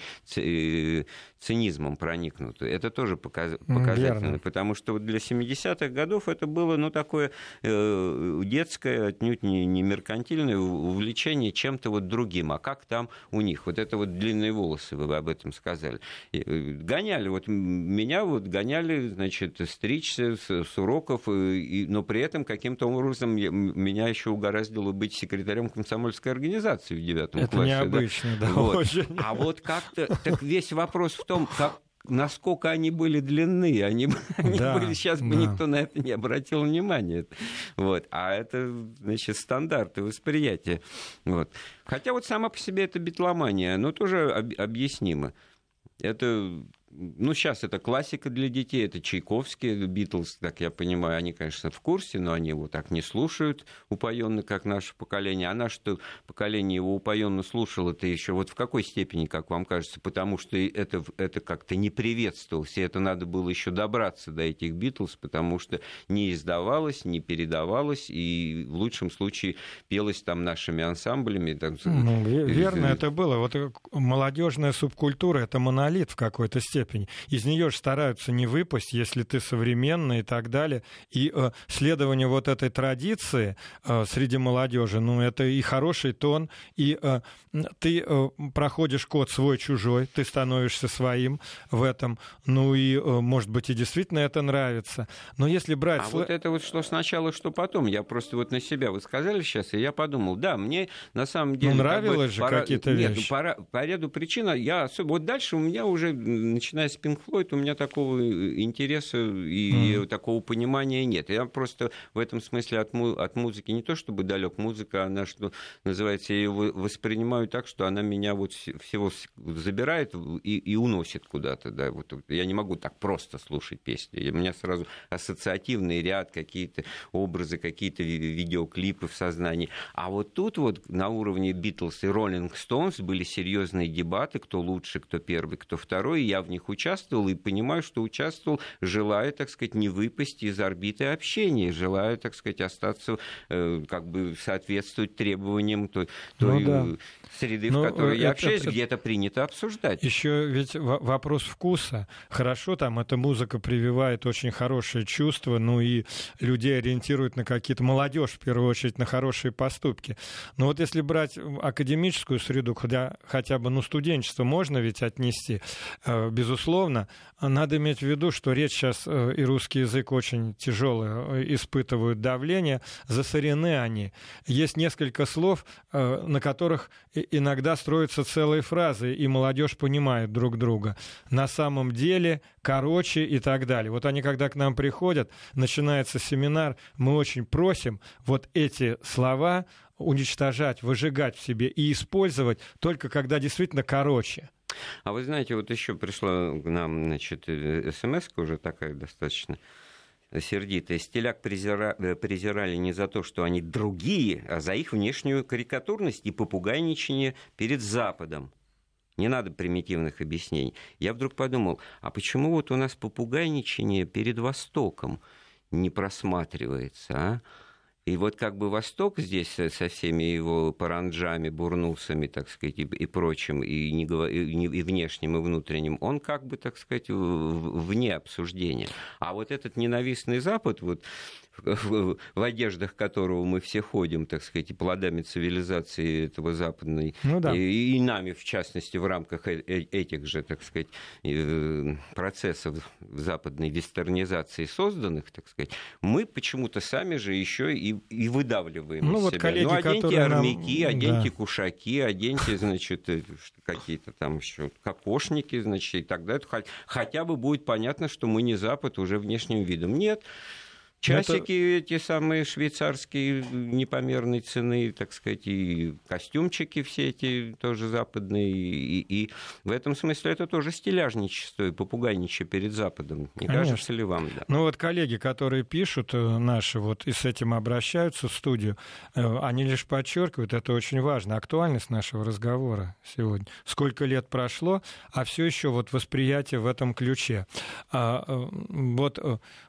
S1: цинизмом проникнутый. Это тоже показательно, Верно. Потому что вот для семидесятых годов это было, ну, такое детское, отнюдь не, не меркантильное, увлечение чем-то вот другим. А как там у них? Вот это вот длинные волосы, вы об этом сказали. Гоняли, вот меня вот гоняли, значит, стричься с, с уроков, и, но при этом каким-то образом я, меня еще угораздило быть секретарем комсомольской организации в девятом
S2: это
S1: классе.
S2: Это необычно, да,
S1: да вот.
S2: Очень.
S1: А вот как-то, так весь вопрос в том, как насколько они были длинны, они, они
S2: да,
S1: были, сейчас бы да. никто на это не обратил внимания. Вот. А это, значит, стандарты восприятия. Вот. Хотя вот сама по себе эта битломания, оно тоже об- объяснимо. Это, ну, сейчас это классика для детей, это Чайковский, Битлз, так я понимаю, они, конечно, в курсе, но они его так не слушают упоенно, как наше поколение. А наше поколение его упоенно слушало, это еще вот в какой степени, как вам кажется, потому что это, это как-то не приветствовалось, и это надо было еще добраться до этих Битлз, потому что не издавалось, не передавалось, и в лучшем случае пелось там нашими ансамблями. Там...
S2: Ну, верно, это было. Вот молодежная субкультура, это монолит в какой-то степени. Из нее же стараются не выпасть, если ты современный и так далее. И э, следование вот этой традиции э, среди молодежи, ну, это и хороший тон, и э, ты э, проходишь код свой-чужой, ты становишься своим в этом, ну, и, э, может быть, и действительно это нравится. Но если брать...
S1: А вот это вот что сначала, что потом, я просто вот на себя, вы сказали сейчас, и я подумал, да, мне на самом деле...
S2: Ну, нравилось же
S1: пора...
S2: какие-то
S1: Нет,
S2: вещи.
S1: Ну, пора... по ряду причин, я особо... Вот дальше у меня уже начинает начиная с Pink Floyd, у меня такого интереса и mm. такого понимания нет. Я просто в этом смысле от, му- от музыки не то чтобы далек, музыка, она, что называется, я ее воспринимаю так, что она меня вот всего забирает и, и уносит куда-то. Да. Вот я не могу так просто слушать песни. У меня сразу ассоциативный ряд, какие-то образы, какие-то видеоклипы в сознании. А вот тут вот на уровне Битлз и Роллинг Стоунс были серьезные дебаты, кто лучше, кто первый, кто второй. И я в них участвовал и понимаю, что участвовал, желая, так сказать, не выпасть из орбиты общения, желая, так сказать, остаться, э, как бы соответствовать требованиям той, той ну, да. среды, Но в которой я общаюсь, это, где это принято обсуждать.
S2: Еще ведь вопрос вкуса. Хорошо, там эта музыка прививает очень хорошие чувства, ну и людей ориентирует на какие-то, молодежь в первую очередь, на хорошие поступки. Но вот если брать академическую среду, хотя, хотя бы, ну, студенчество можно ведь отнести, безусловно, надо иметь в виду, что речь сейчас и русский язык очень тяжелый, испытывают давление, засорены они. Есть несколько слов, на которых иногда строятся целые фразы, и молодежь понимает друг друга. На самом деле, короче и так далее. Вот они, когда к нам приходят, начинается семинар, мы очень просим вот эти слова уничтожать, выжигать в себе и использовать только когда действительно короче.
S1: А вы знаете, вот еще пришла к нам, значит, смс-ка уже такая достаточно сердитая. Стиляк презира... презирали не за то, что они другие, а за их внешнюю карикатурность и попугайничание перед Западом. Не надо примитивных объяснений. Я вдруг подумал, а почему вот у нас попугайничание перед Востоком не просматривается, а? И вот как бы Восток здесь со всеми его паранджами, бурнусами, так сказать, и, и прочим, и, не, и, и внешним, и внутренним, он как бы, так сказать, вне обсуждения. А вот этот ненавистный Запад, вот, в, в одеждах которого мы все ходим, так сказать, и плодами цивилизации этого западной, ну, да. и, и нами, в частности, в рамках этих же, так сказать, процессов западной вестернизации созданных, так сказать, мы почему-то сами же еще и, и выдавливаем
S2: ну,
S1: из
S2: вот
S1: себя.
S2: Коллеги,
S1: ну, оденьте армяки, нам... оденьте
S2: да.
S1: кушаки, оденьте, значит, какие-то там еще кокошники, значит, и так далее. Хотя бы будет понятно, что мы не Запад уже внешним видом. Нет. Часики это... эти самые швейцарские непомерной цены, так сказать, и костюмчики все эти тоже западные, и, и в этом смысле это тоже стиляжничество и попугайничество перед Западом. Не Конечно. Кажется ли вам? Да?
S2: Ну вот коллеги, которые пишут наши, вот и с этим обращаются в студию, они лишь подчеркивают, это очень важно, актуальность нашего разговора сегодня. Сколько лет прошло, а все еще вот восприятие в этом ключе. А, вот...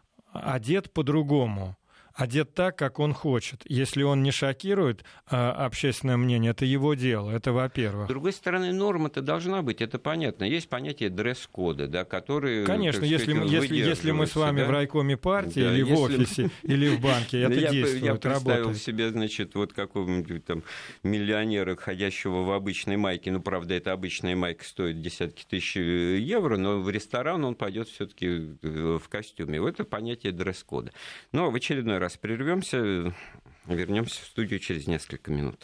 S2: одет по-другому, одет так, как он хочет. Если он не шокирует а, общественное мнение, это его дело, это во-первых.
S1: С другой стороны, норма-то должна быть, это понятно. Есть понятие дресс-кода, да, которые...
S2: Конечно, если, если, если мы с вами да? в райкоме партии да, или если... в офисе, или в банке, это
S1: я,
S2: действует,
S1: я представил
S2: работает.
S1: себе, значит, вот какого-нибудь там миллионера, ходящего в обычной майке, ну, правда, эта обычная майка стоит десятки тысяч евро, но в ресторан он пойдет все-таки в костюме. Вот это понятие дресс-кода. Но в очередной раз прервемся, вернемся в студию через несколько минут.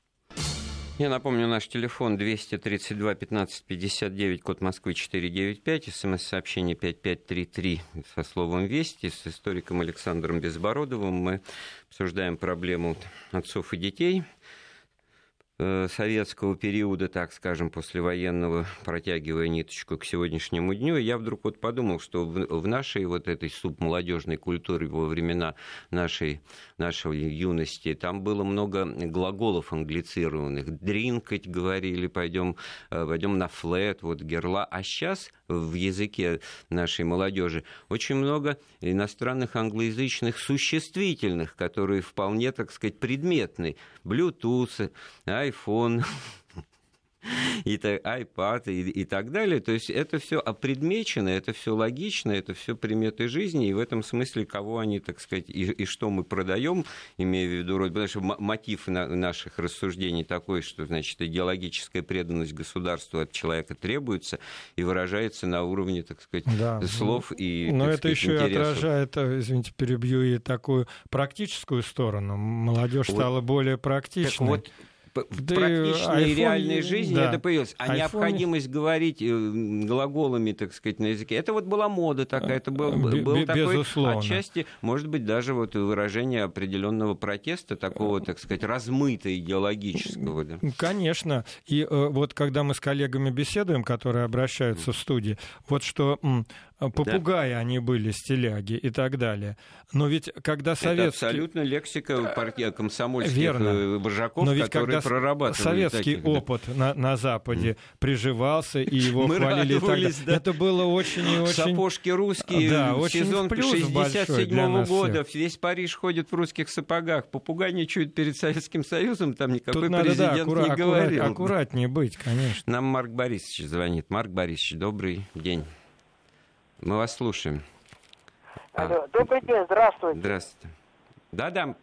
S1: Я напомню, наш телефон двести тридцать два пятнадцать пятьдесят девять, код Москвы четыреста девяносто пять, смс-сообщение пять пять три три со словом «Вести». С историком Александром Безбородовым мы обсуждаем проблему отцов и детей советского периода, так скажем, послевоенного, протягивая ниточку к сегодняшнему дню. И я вдруг вот подумал, что в, в нашей вот этой субмолодежной культуре во времена нашей, нашей юности там было много глаголов англицированных. Дринкать говорили, пойдем, пойдем на флэт, вот герла. А сейчас в языке нашей молодежи очень много иностранных англоязычных существительных, которые вполне, так сказать, предметны. Bluetooth, iPhone, и iPad и, и так далее. То есть это все опредмечено, это все логично, это все приметы жизни, и в этом смысле кого они, так сказать, и, и что мы продаем, имея в виду роль, потому что мотив на, наших рассуждений такой, что, значит, идеологическая преданность государству от человека требуется и выражается на уровне, так сказать, да. слов и
S2: Но
S1: так
S2: это
S1: сказать,
S2: еще
S1: интересов.
S2: И отражает, извините, перебью, и такую практическую сторону. Молодежь вот, стала более практичной.
S1: Так вот, в
S2: да
S1: практичной и реальной
S2: iPhone,
S1: жизни
S2: да.
S1: это появилось. А
S2: iPhone...
S1: необходимость говорить глаголами, так сказать, на языке, это вот была мода такая, это был, был такой,
S2: безусловно.
S1: Отчасти, может быть, даже вот выражение определенного протеста, такого, так сказать, размыто-идеологического. Да.
S2: Конечно. И вот когда мы с коллегами беседуем, которые обращаются в студии, вот что попугаи да. они были, стиляги и так далее. Но ведь когда советские...
S1: Это абсолютно лексика партии комсомольских
S2: Верно.
S1: вожаков,
S2: Но ведь
S1: которые
S2: когда
S1: прорабатывали
S2: советский
S1: таких,
S2: опыт
S1: да.
S2: на, на Западе mm. приживался, и его
S1: Мы
S2: хвалили и так далее.
S1: Да.
S2: Это было очень и очень...
S1: Сапожки русские,
S2: да,
S1: сезон шестьдесят седьмого года, весь Париж ходит в русских сапогах. Попугай не чует перед Советским Союзом, там никакой
S2: Тут
S1: президент
S2: надо, да, аккура-
S1: не говорил.
S2: Аккурат, аккуратнее быть, конечно.
S1: Нам Марк Борисович звонит. Марк Борисович, добрый день. Мы вас слушаем.
S3: Алло, добрый день, здравствуйте.
S1: Здравствуйте. Да-да.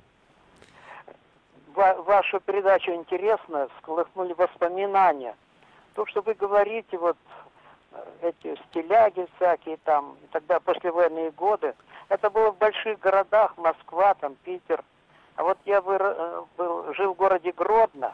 S3: Ва- ваша передача интересная, всколыхнули воспоминания. То, что вы говорите, вот эти стиляги всякие там, и тогда послевоенные годы, это было в больших городах, Москва, там, Питер. А вот я выр- был, жил в городе Гродно.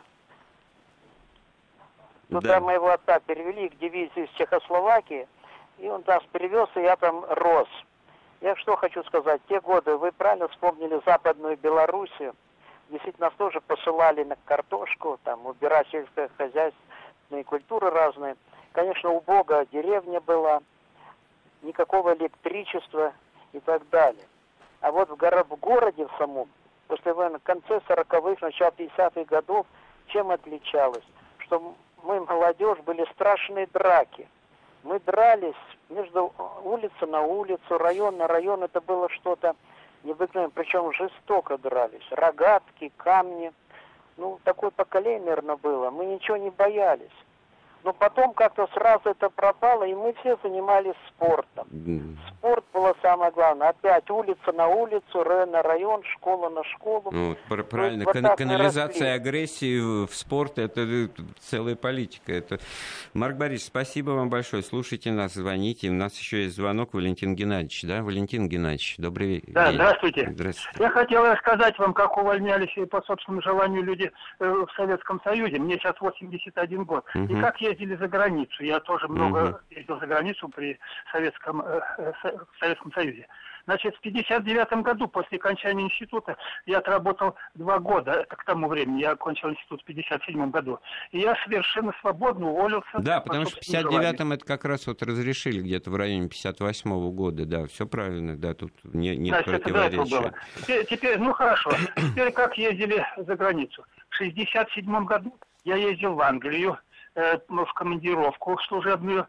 S3: Туда
S1: Да.
S3: моего отца перевели к дивизии из Чехословакии, и он нас перевез, и я там рос. Я что хочу сказать, те годы, вы правильно вспомнили Западную Белоруссию, действительно нас тоже посылали на картошку, там, убирать сельскохозяйственные культуры разные. Конечно, убогая деревня была, никакого электричества и так далее. А вот в, горо- в городе в самом, после войны, в конце сороковых, начало пятидесятых годов, чем отличалось? Что мы, молодежь, были страшные драки. Мы дрались между улицы на улицу, район на район. Это было что-то необыкновенное. Причем жестоко дрались. Рогатки, камни. Ну, такое поколение, наверное, было. Мы ничего не боялись. Но потом как-то сразу это пропало, и мы все занимались спортом. Спорт было самое главное. Опять улица на улицу, район на район, школа на школу.
S1: Ну, правильно. Вот Кан- канализация агрессии в спорт — это целая политика. Это... Марк Борисович, спасибо вам большое. Слушайте нас, звоните. У нас еще есть звонок. Валентин Геннадьевич, да? Валентин Геннадьевич, добрый день.
S4: Да, здравствуйте.
S1: Здравствуйте.
S4: Я хотел рассказать вам, как увольнялись по собственному желанию люди в Советском Союзе. Мне сейчас восемьдесят один год. Угу. И как ездили за границу. Я тоже много угу. ездил за границу при Советском, э, в Советском Союзе. Значит, в пятьдесят девятом году, после окончания института, я отработал два года. Это к тому времени. Я окончил институт в пятьдесят седьмом году. И я совершенно свободно уволился.
S1: Да, потому что в пятьдесят девятом это как раз вот разрешили где-то в районе пятьдесят восьмого года. Да, все правильно. Да, тут не, нет
S4: Значит,
S1: противоречия.
S4: Теперь, теперь, ну хорошо. Теперь как ездили за границу. В шестьдесят седьмом году я ездил в Англию э, в командировку служебную.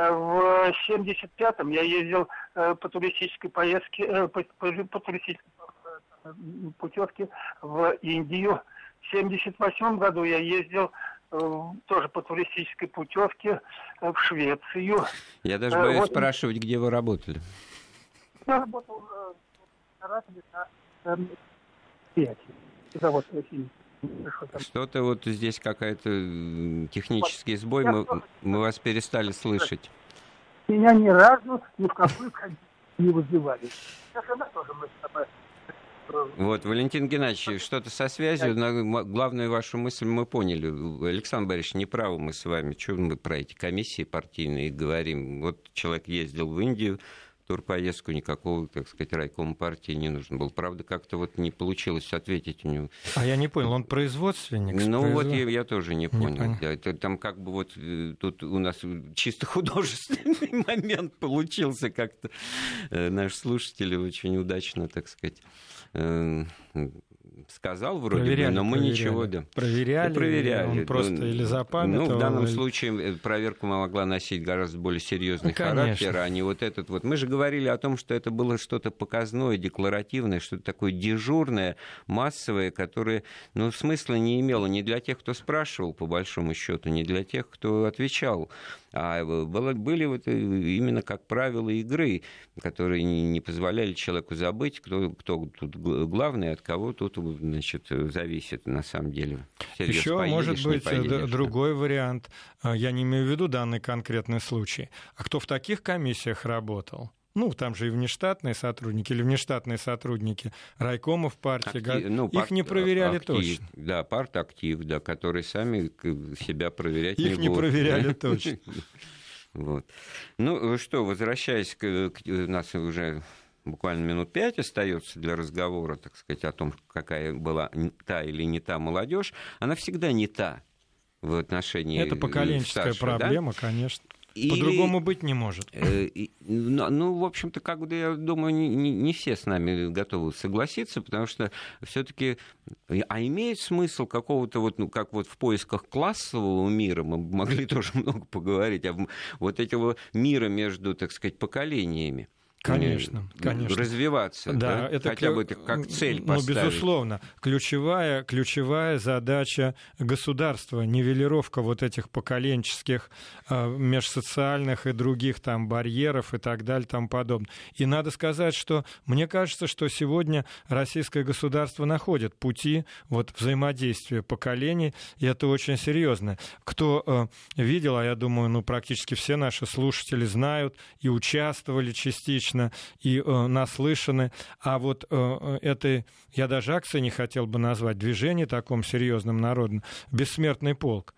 S4: В семьдесят пятом я ездил э, по туристической поездке, э, по, по, по туристической э, путевке в Индию. В семьдесят восьмом году я ездил э, тоже по туристической путевке э, в Швецию.
S1: Я даже боюсь э, вот, спрашивать, где вы работали.
S4: Я работал э, в Саратове на предприятии. Завод «Химик».
S1: Что-то вот здесь какая-то технический сбой, мы, мы вас перестали слышать.
S4: Меня ни разу ни в какую комиссию не вызывали.
S1: Вот, Валентин Геннадьевич, что-то со связью, но главную вашу мысль мы поняли. Александр Борисович, неправы мы с вами, что мы про эти комиссии партийные говорим. Вот человек ездил в Индию, турпоездку, никакого, так сказать, райкома партии не нужно было. Правда, как-то вот не получилось ответить у него.
S2: А я не понял, он производственник?
S1: Ну
S2: производ...
S1: вот я, я тоже не понял. Не понял. Да, это, там как бы вот тут у нас чисто художественный момент получился как-то. Наш слушатель очень удачно, так сказать, сказал вроде
S2: проверяли,
S1: бы, но мы
S2: проверяли.
S1: ничего... Да.
S2: Проверяли,
S1: проверяли.
S2: Он просто ну, или запамятовал...
S1: Ну, в данном
S2: или...
S1: случае проверка могла носить гораздо более серьезный
S2: ну,
S1: характер, а не вот этот вот. Мы же говорили о том, что это было что-то показное, декларативное, что-то такое дежурное, массовое, которое, ну, смысла не имело ни для тех, кто спрашивал, по большому счету, ни для тех, кто отвечал. А было, были вот именно как правила игры, которые не позволяли человеку забыть, кто, кто тут главный, от кого тут, значит, зависит на самом деле. Серьез,
S2: еще
S1: поедешь,
S2: может быть
S1: поедешь,
S2: другой
S1: да?
S2: вариант. Я не имею в виду данный конкретный случай. А кто в таких комиссиях работал? ну, там же и внештатные сотрудники, или внештатные сотрудники райкомов партии, Актив, ну, их парт, не проверяли актив, точно.
S1: Да, партактив, да, которые сами себя проверять
S2: их
S1: не будут.
S2: Их не проверяли точно.
S1: Вот. Ну что, возвращаясь к, к у нас уже буквально минут пять остается для разговора, так сказать, о том, какая была та или не та молодежь, она всегда не та в отношении
S2: это поколенческая
S1: старшего,
S2: проблема,
S1: да?
S2: Конечно.
S1: Или,
S2: по-другому быть не может.
S1: Э, э, ну, ну, в общем-то, как бы, я думаю, не, не все с нами готовы согласиться, потому что все-таки, а имеет смысл какого-то, вот, ну, как вот в поисках классового мира, мы могли тоже много поговорить, а вот этого мира между, так сказать, поколениями.
S2: Конечно, конечно.
S1: Развиваться, да,
S2: да? Это
S1: хотя
S2: клю...
S1: бы как цель
S2: ну,
S1: поставить.
S2: Ну, безусловно. Ключевая, ключевая задача государства — нивелировка вот этих поколенческих, э, межсоциальных и других там барьеров и так далее, тому подобное. И надо сказать, что мне кажется, что сегодня российское государство находит пути вот, взаимодействия поколений, и это очень серьезно. Кто э, видел, а я думаю, ну, практически все наши слушатели знают и участвовали частично, и э, наслышаны. А вот э, это, я даже акции не хотел бы назвать, движение таком серьезным народным, «Бессмертный полк».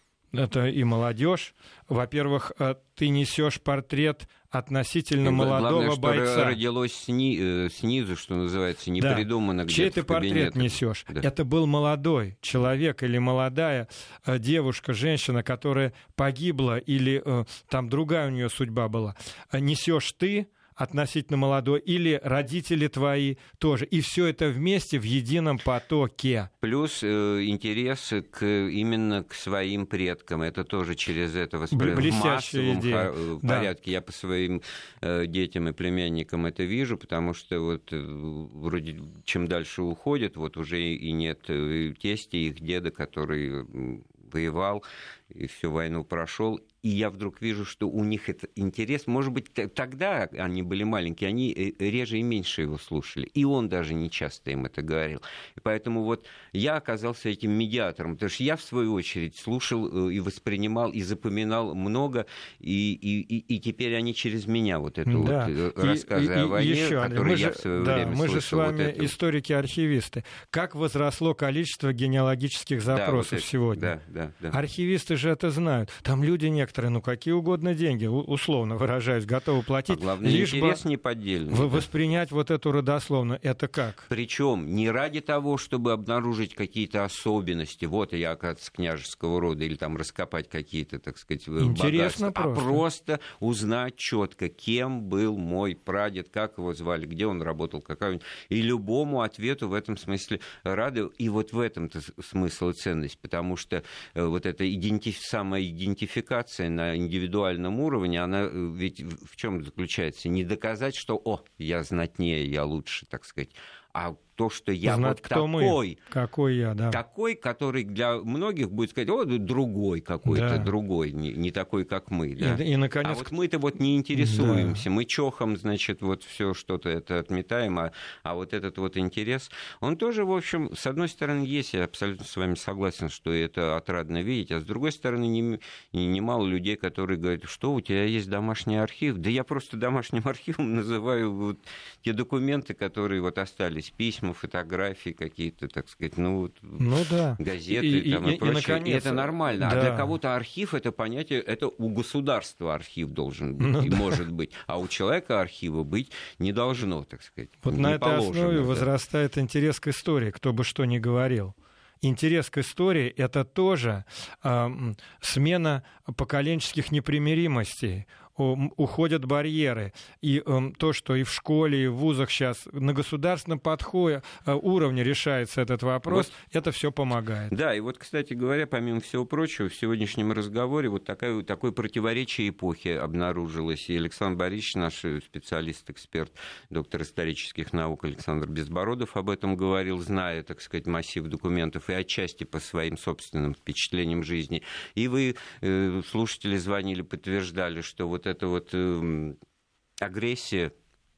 S2: Это и молодежь. Во-первых, э, ты несешь портрет относительно и молодого
S1: главное,
S2: бойца.
S1: Что родилось сни, снизу, что называется, не да. придумано где-то.
S2: Чей ты портрет несешь? Да. Это был молодой человек или молодая э, девушка, женщина, которая погибла, или э, там другая у нее судьба была. Несешь ты относительно молодой, или родители твои тоже. И все это вместе в едином потоке.
S1: Плюс э, интерес к, именно к своим предкам. Это тоже через это восприятие. В массовом идея. порядке. Да. Я по своим э, детям и племянникам это вижу, потому что вот э, вроде чем дальше уходят, вот уже и нет э, тестя, их деда, который э, воевал и всю войну прошел. И я вдруг вижу, что у них это интерес. Может быть, тогда они были маленькие, они реже и меньше его слушали. И он даже не часто им это говорил. И поэтому вот я оказался этим медиатором. Потому что я, в свою очередь, слушал и воспринимал, и запоминал много. И, и, и, и теперь они через меня вот это да. вот рассказы и, о войне,
S2: и еще,
S1: которые я
S2: же,
S1: в свое
S2: да,
S1: время
S2: мы
S1: слышал.
S2: Мы же с вами
S1: вот
S2: историки-архивисты. Как возросло количество генеалогических запросов
S1: да, вот это,
S2: сегодня?
S1: Да, да, да.
S2: Архивисты же это знают. Там люди некоторые, ну какие угодно деньги, условно выражаясь, готовы платить.
S1: А главное,
S2: лишь
S1: интерес
S2: бы
S1: неподдельный.
S2: В- воспринять вот эту родословную. Это как?
S1: Причем не ради того, чтобы обнаружить какие-то особенности. Вот я, оказывается, княжеского рода, или там раскопать какие-то, так сказать,
S2: интересно
S1: богатства.
S2: Просто.
S1: А просто узнать четко, кем был мой прадед, как его звали, где он работал, какая у него. И любому ответу в этом смысле рады. И вот в этом-то смысл и ценность. Потому что вот эта идентиф... самоидентификация на индивидуальном уровне, она ведь в чем заключается? Не доказать, что «о, я знатнее, я лучше», так сказать, а то, что я
S2: знать,
S1: вот
S2: кто
S1: такой,
S2: мы. Какой я, да.
S1: такой, который для многих будет сказать, о, другой какой-то, да. другой, не, не такой, как мы. Да?
S2: И, и, наконец...
S1: А вот мы-то вот не интересуемся, да. мы чохом, значит, вот все что-то это отметаем, а, а вот этот вот интерес, он тоже, в общем, с одной стороны есть, я абсолютно с вами согласен, что это отрадно видеть, а с другой стороны, немало не, не мало людей, которые говорят, что у тебя есть домашний архив, да я просто домашним архивом называю вот те документы, которые вот остались, письма, фотографии какие-то, так сказать, ну,
S2: ну да.
S1: газеты
S2: и,
S1: там, и, и, прочее. И, наконец, и это нормально. Да. А для кого-то архив — это понятие, это у государства архив должен быть, ну, и да. может быть. А у человека архива быть не должно, так сказать.
S2: Вот
S1: не
S2: на этой
S1: положено,
S2: основе
S1: да.
S2: возрастает интерес к истории, кто бы что ни говорил. Интерес к истории — это тоже э, смена поколенческих непримиримостей. Уходят барьеры. И э, то, что и в школе, и в вузах сейчас на государственном подходе, э, уровне решается этот вопрос, вот. Это все помогает.
S1: Да, и вот, кстати говоря, помимо всего прочего, в сегодняшнем разговоре вот такое, такое противоречие эпохи обнаружилось. И Александр Борисович, наш специалист, эксперт, доктор исторических наук Александр Безбородов об этом говорил, зная, так сказать, массив документов и отчасти по своим собственным впечатлениям жизни. И вы, э, слушатели, звонили, подтверждали, что вот эта вот э, агрессия,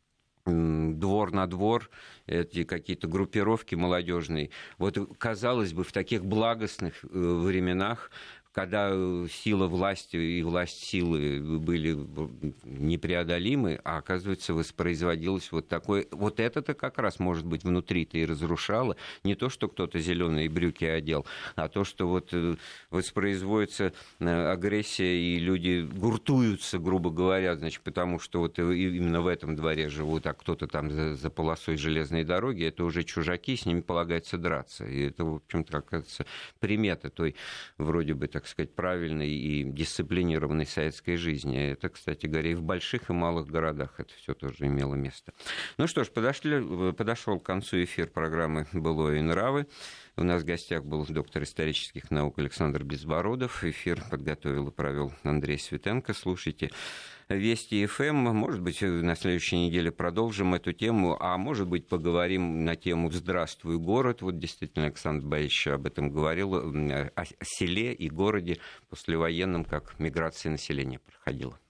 S1: э, двор на двор, эти какие-то группировки молодежные, вот, казалось бы, в таких благостных э, временах, когда сила власти и власть силы были непреодолимы, а оказывается, воспроизводилось вот такое... Вот это-то как раз, может быть, внутри-то и разрушало. Не то, что кто-то зеленые брюки одел, а то, что вот воспроизводится агрессия, и люди гуртуются, грубо говоря, значит, потому что вот именно в этом дворе живут, а кто-то там за, за полосой железной дороги, это уже чужаки, с ними полагается драться. И это, в общем-то, оказывается, примета той, вроде бы, так сказать, правильной и дисциплинированной советской жизни. Это, кстати говоря, и в больших и малых городах это все тоже имело место. Ну что ж, подошли, подошел к концу эфир программы «Былое и нравы». У нас в гостях был доктор исторических наук Александр Безбородов. Эфир подготовил и провел Андрей Светенко. Слушайте Вести эф эм. Может быть, на следующей неделе продолжим эту тему, а может быть, поговорим на тему «Здравствуй, город». Вот действительно Александр Борисович об этом говорил, о селе и городе послевоенном, как миграция населения проходила.